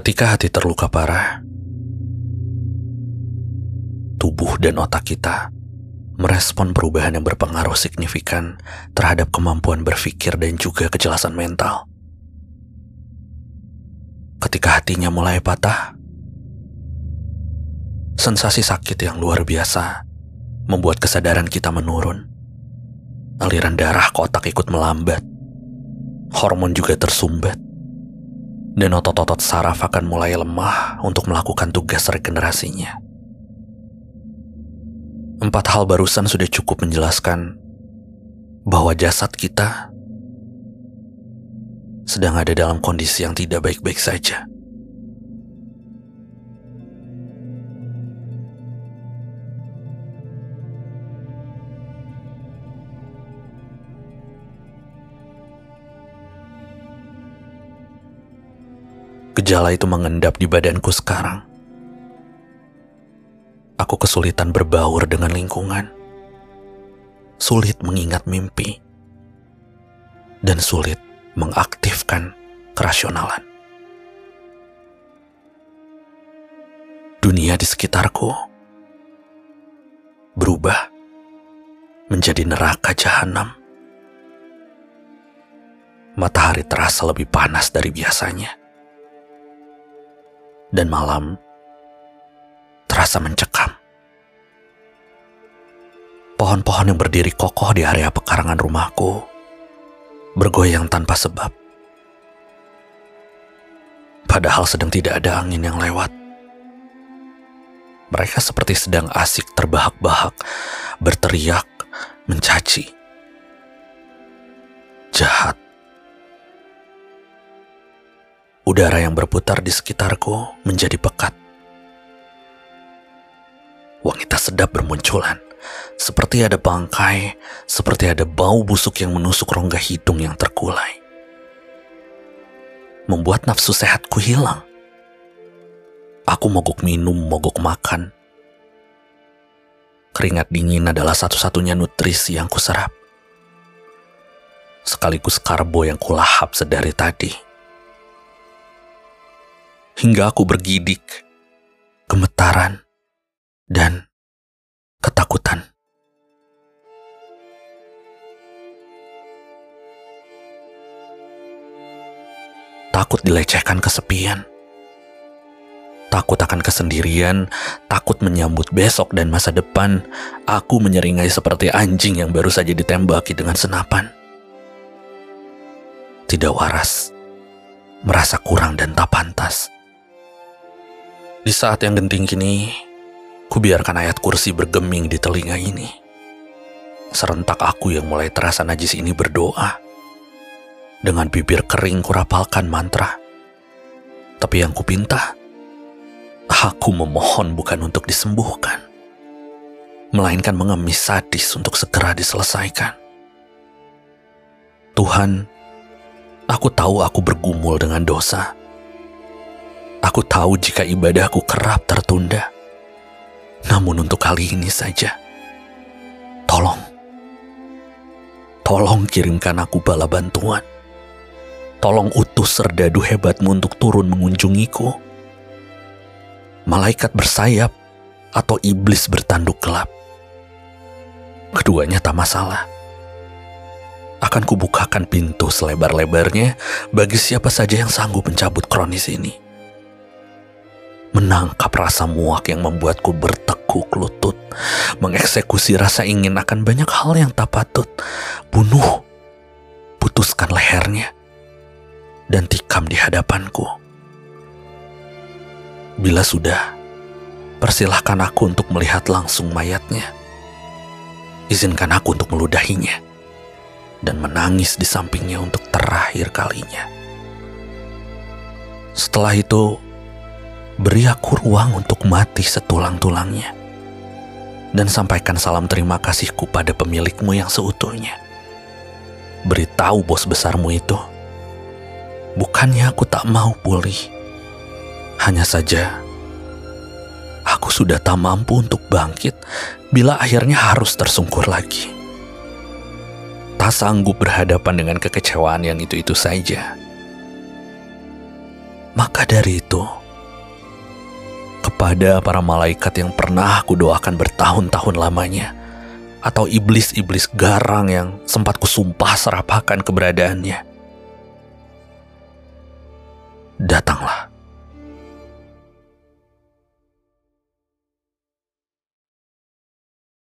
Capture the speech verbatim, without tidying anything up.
Ketika hati terluka parah, tubuh dan otak kita merespon perubahan yang berpengaruh signifikan terhadap kemampuan berpikir dan juga kejelasan mental. Ketika hatinya mulai patah, sensasi sakit yang luar biasa membuat kesadaran kita menurun. Aliran darah ke otak ikut melambat, hormon juga tersumbat, dan otot-otot saraf akan mulai lemah untuk melakukan tugas regenerasinya. Empat hal barusan sudah cukup menjelaskan bahwa jasad kita sedang ada dalam kondisi yang tidak baik-baik saja. Gejala itu mengendap di badanku sekarang. Aku kesulitan berbaur dengan lingkungan, sulit mengingat mimpi, dan sulit mengaktifkan kerasionalan. Dunia di sekitarku berubah menjadi neraka jahanam. Matahari terasa lebih panas dari biasanya, dan malam terasa mencekam. Pohon-pohon yang berdiri kokoh di area pekarangan rumahku bergoyang tanpa sebab, padahal sedang tidak ada angin yang lewat. Mereka seperti sedang asik terbahak-bahak, berteriak, mencaci. Jahat. Udara yang berputar di sekitarku menjadi pekat. Wangi tak sedap bermunculan, seperti ada bangkai, seperti ada bau busuk yang menusuk rongga hidung yang terkulai. Membuat nafsu sehatku hilang. Aku mogok minum, mogok makan. Keringat dingin adalah satu-satunya nutrisi yang kuserap, sekaligus karbo yang kulahap sedari tadi. Hingga aku bergidik, gemetaran, dan ketakutan. Takut dilecehkan kesepian. Takut akan kesendirian, takut menyambut besok dan masa depan. Aku menyeringai seperti anjing yang baru saja ditembaki dengan senapan. Tidak waras, merasa kurang dan tak pantas. Di saat yang genting kini, kubiarkan ayat kursi bergeming di telinga ini. Serentak aku yang mulai terasa najis ini berdoa. Dengan bibir kering kurapalkan mantra. Tapi yang kupinta, aku memohon bukan untuk disembuhkan, melainkan mengemis sadis untuk segera diselesaikan. Tuhan, aku tahu aku bergumul dengan dosa. Aku tahu jika ibadahku kerap tertunda. Namun untuk kali ini saja, tolong, tolong kirimkan aku bala bantuan. Tolong utus serdadu hebatmu untuk turun mengunjungiku. Malaikat bersayap atau iblis bertanduk gelap, keduanya tak masalah. Akan kubukakan pintu selebar-lebarnya bagi siapa saja yang sanggup mencabut kronis ini. Menangkap rasa muak yang membuatku bertekuk lutut, mengeksekusi rasa ingin akan banyak hal yang tak patut. Bunuh, putuskan lehernya, dan tikam di hadapanku. Bila sudah, persilahkan aku untuk melihat langsung mayatnya. Izinkan aku untuk meludahinya dan menangis di sampingnya untuk terakhir kalinya. Setelah itu, beri aku ruang untuk mati setulang-tulangnya dan sampaikan salam terima kasihku pada pemilikmu yang seutuhnya. Beritahu bos besarmu itu, bukannya aku tak mau pulih, hanya saja aku sudah tak mampu untuk bangkit bila akhirnya harus tersungkur lagi. Tak sanggup berhadapan dengan kekecewaan yang itu-itu saja. Maka dari itu, kepada para malaikat yang pernah kudoakan bertahun-tahun lamanya, atau iblis-iblis garang yang sempat kusumpah serapahkan keberadaannya, datanglah.